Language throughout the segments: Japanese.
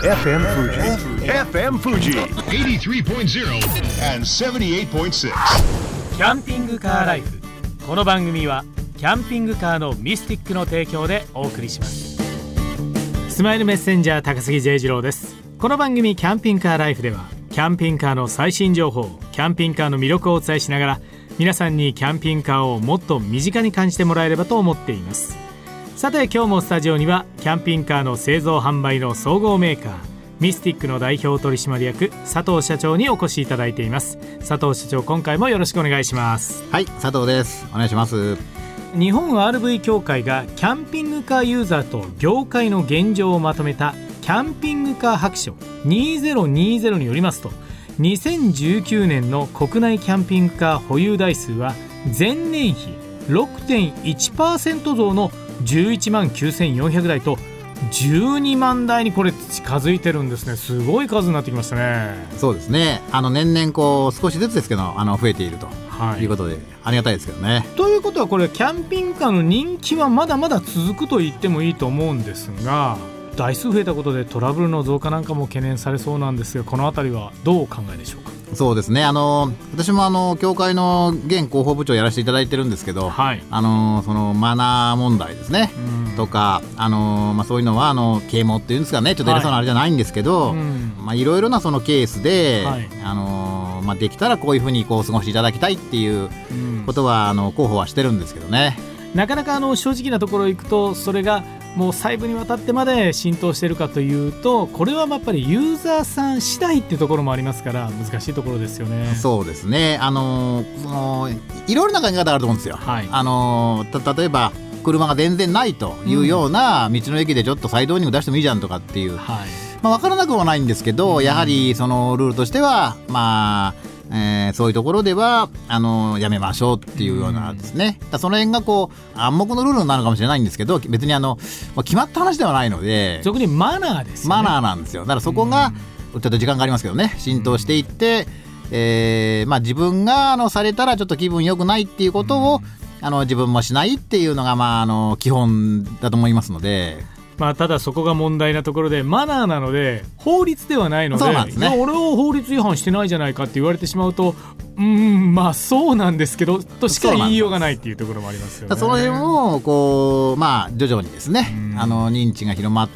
FM Fuji. FM Fuji. 83.0 and 78.6. キャンピングカーライフ。この番組はキャンピングカーのミスティックの提供でお送りします。スマイルメッセンジャー高杉 J 次郎です。この番組キャンピングカーライフではキャンピングカーの最新情報、キャンピングカーの魅力をお伝えしながら、皆さんにキャンピングカーをもっと身近に感じてもらえればと思っています。さて今日もスタジオにはキャンピングカーの製造販売の総合メーカーミスティックの代表取締役佐藤社長にお越しいただいています。佐藤社長、今回もよろしくお願いします。 はい、佐藤です。お願いします。 日本 RV 協会がキャンピングカーユーザーと業界の現状をまとめたキャンピングカー白書2020によりますと、2019年の国内キャンピングカー保有台数は前年比 6.1% 増の11万9400台と12万台にこれ近づいてるんですね。すごい数になってきましたね。 そうですね。年々こう少しずつですけど増えているということで、ありがたいですけどね。 ということはこれキャンピングカーの人気はまだまだ続くと言ってもいいと思うんですが、台数増えたことでトラブルの増加なんかも懸念されそうなんですが、このあたりはどうお考えでしょうか。 そうですね。私も協会の現広報部長をやらせていただいてるんですけど、はい、そのマナー問題ですね、とかそういうのは啓蒙っていうんですかね、ちょっと偉そうなあれじゃないんですけど、いろいろなそのケースで、はい、できたらこういうふうにこう過ごしていただきたいっていうことは広報はしてるんですけどね。 なかなか正直なところ行くとそれがもう細部にわたってまで浸透しているかというと、これはやっぱりユーザーさん次第っていうところもありますから難しいところですよね。 そうですね。いろいろな考え方があると思うんですよ、はい。例えば車が全然ないというような道の駅でちょっとサイドオーニング出してもいいじゃんとかっていう、はい、分からなくもないんですけど、やはりそのルールとしてはそういうところではやめましょうっていうようなですね。その辺がこう暗黙のルールになるかもしれないんですけど、別に決まった話ではないので、 俗にマナーですよね。 マナーなんですよ。だからそこがちょっと時間がありますけどね、浸透していって、自分がされたらちょっと気分良くないっていうことを自分もしないっていうのが基本だと思いますので、 ただそこが問題なところで、マナーなので法律ではないので、 そうなんですね。 俺は法律違反してないじゃないかって言われてしまうと、そうなんですけどとしか言いようがないっていうところもありますよね。 その辺もこう、徐々にですね、認知が広まって、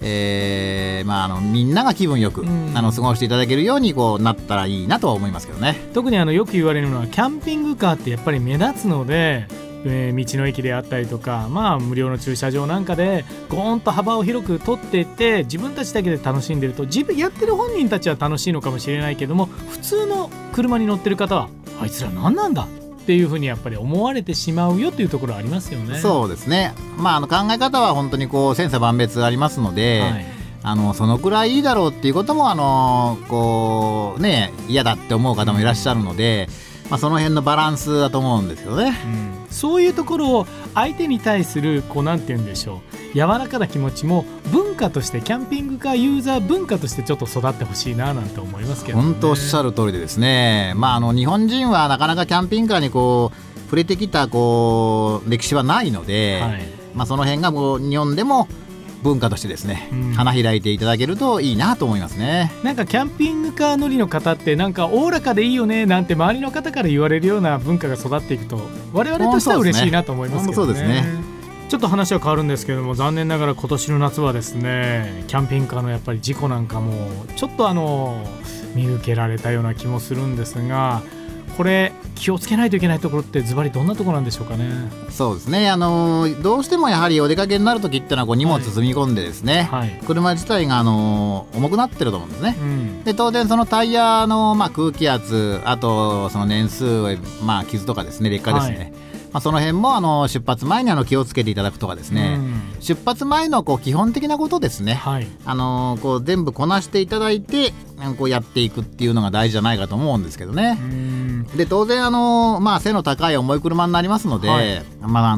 みんなが気分よく過ごしていただけるようにこうなったらいいなとは思いますけどね。 特によく言われるのはキャンピングカーってやっぱり目立つので、道の駅であったりとか、無料の駐車場なんかでゴーンと幅を広く取っていって自分たちだけで楽しんでると、自分やってる本人たちは楽しいのかもしれないけども、普通の車に乗ってる方はあいつら何なんだっていうふうにやっぱり思われてしまうよというところはありますよね。 そうですね。考え方は本当にこう千差万別ありますので、はい、そのくらいいいだろうっていうこともこうね、嫌だって思う方もいらっしゃるので、その辺のバランスだと思うんですけどね、 そういうところを相手に対するなんて言うんでしょう、柔らかな気持ちも文化として、キャンピングカーユーザー文化としてちょっと育ってほしいななんて思いますけどね。 本当おっしゃる通りでですね、日本人はなかなかキャンピングカーにこう触れてきた歴史はないので、はい、その辺が日本でも文化としてですね、花開いていただけるといいなと思いますね。 なんかキャンピングカー乗りの方ってなんかおおらかでいいよねなんて周りの方から言われるような文化が育っていくと、我々としては嬉しいなと思いますけどね。 そうですね。 ちょっと話は変わるんですけども、残念ながら今年の夏はですね、キャンピングカーのやっぱり事故なんかもちょっと見受けられたような気もするんですが、これ気をつけないといけないところってズバリどんなところなんでしょうかね。 そうですね。どうしてもやはりお出かけになるときってのは荷物積み込んでですね、はい、車自体が重くなってると思うんですね、で当然そのタイヤの空気圧、あとその年数、傷とかですね、劣化ですね、その辺も出発前に気をつけていただくとかですね、出発前の基本的なことですね、はい、全部こなしていただいてやっていくっていうのが大事じゃないかと思うんですけどね。で当然背の高い重い車になりますので、はい、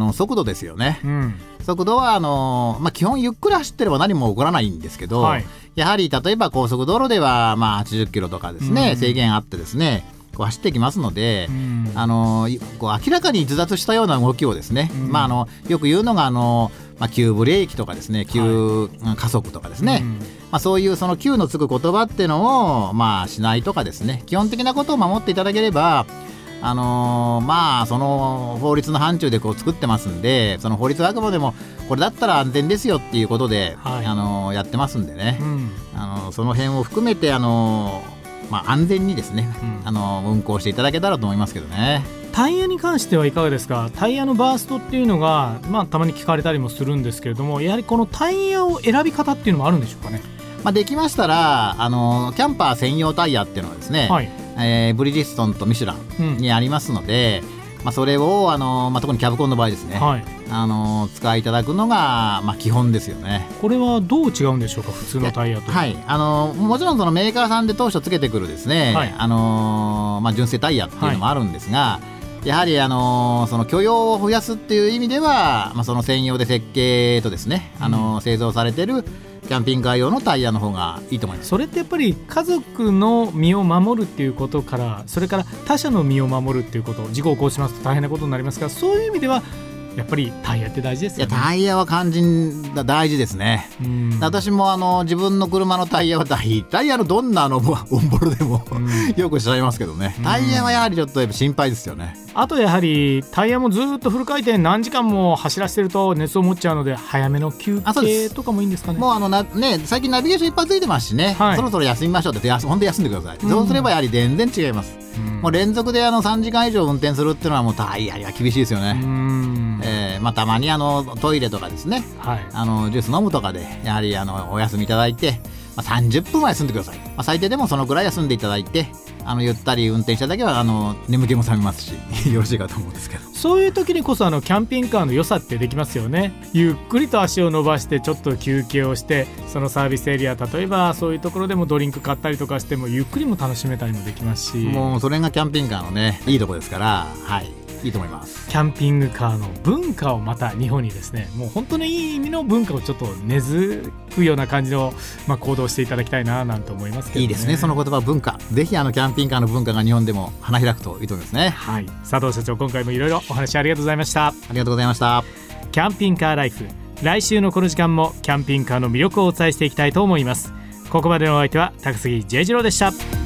速度ですよね、速度は基本ゆっくり走ってれば何も起こらないんですけど、はい、やはり例えば高速道路では80キロとかですね、制限あってですね走ってきますので、明らかに逸脱したような動きをですね、よく言うのが急ブレーキとかですね、急加速とかですね、 そういうその Q のつく言葉っていうのをしないとかですね、基本的なことを守っていただければその法律の範疇で作ってますんで、その法律はあくまでもこれだったら安全ですよっていうことで、やってますんでね、その辺を含めて安全にですね、運行していただけたらと思いますけどね。 タイヤに関してはいかがですか？タイヤのバーストっていうのが、たまに聞かれたりもするんですけれども、やはりこのタイヤを選び方っていうのもあるんでしょうかね。 できましたらキャンパー専用タイヤっていうのはですね、ブリヂストンとミシュランにありますので、それを特にキャブコンの場合ですね、使いいただくのが基本ですよね。 これはどう違うんでしょうか、普通のタイヤと。 もちろんそのメーカーさんで当初つけてくるですね、純正タイヤっていうのもあるんですが、やはりその許容を増やすっていう意味では、その専用で設計とですね、製造されてるキャンピングカー用のタイヤの方がいいと思います。 それってやっぱり家族の身を守るっていうことから、それから他者の身を守るっていうこと、事故を起こしますと大変なことになりますが、そういう意味ではやっぱりタイヤって大事ですよね。 タイヤは肝心大事ですね。私も自分の車のタイヤはタイヤのどんなオンボロでもよくしちゃいますけどね、タイヤはやはりちょっとやっぱ心配ですよね。 あとやはりタイヤもずっとフル回転何時間も走らせてると熱を持っちゃうので、早めの休憩とかもいいんですかね。 もう最近ナビゲーションいっぱいついてますしね、そろそろ休みましょうって本当に休んでください。そうすればやはり全然違います。もう連続で3時間以上運転するっていうのはもうタイヤには厳しいですよね。たまにトイレとかですね、ジュース飲むとかでやはりお休みいただいて、30分は休んでください。最低でもそのぐらい休んでいただいて、ゆったり運転しただけは眠気も覚めますしよろしいかと思うんですけど、 そういう時にこそキャンピングカーの良さってできますよね。ゆっくりと足を伸ばしてちょっと休憩をして、そのサービスエリア、例えばそういうところでもドリンク買ったりとかしてもゆっくりも楽しめたりもできますし、 もうそれがキャンピングカーのねいいところですから、いいと思います。 キャンピングカーの文化をまた日本にですね、もう本当にいい意味の文化をちょっと根付くような感じの、行動していただきたいななんて思いますけどね。 いいですね、その言葉文化。ぜひキャンピングカーの文化が日本でも花開くといいと思いますね。 佐藤社長、今回もいろいろお話ありがとうございました。 ありがとうございました。 キャンピングカーライフ、来週のこの時間もキャンピングカーの魅力をお伝えしていきたいと思います。ここまでのお相手は高杉J次郎でした。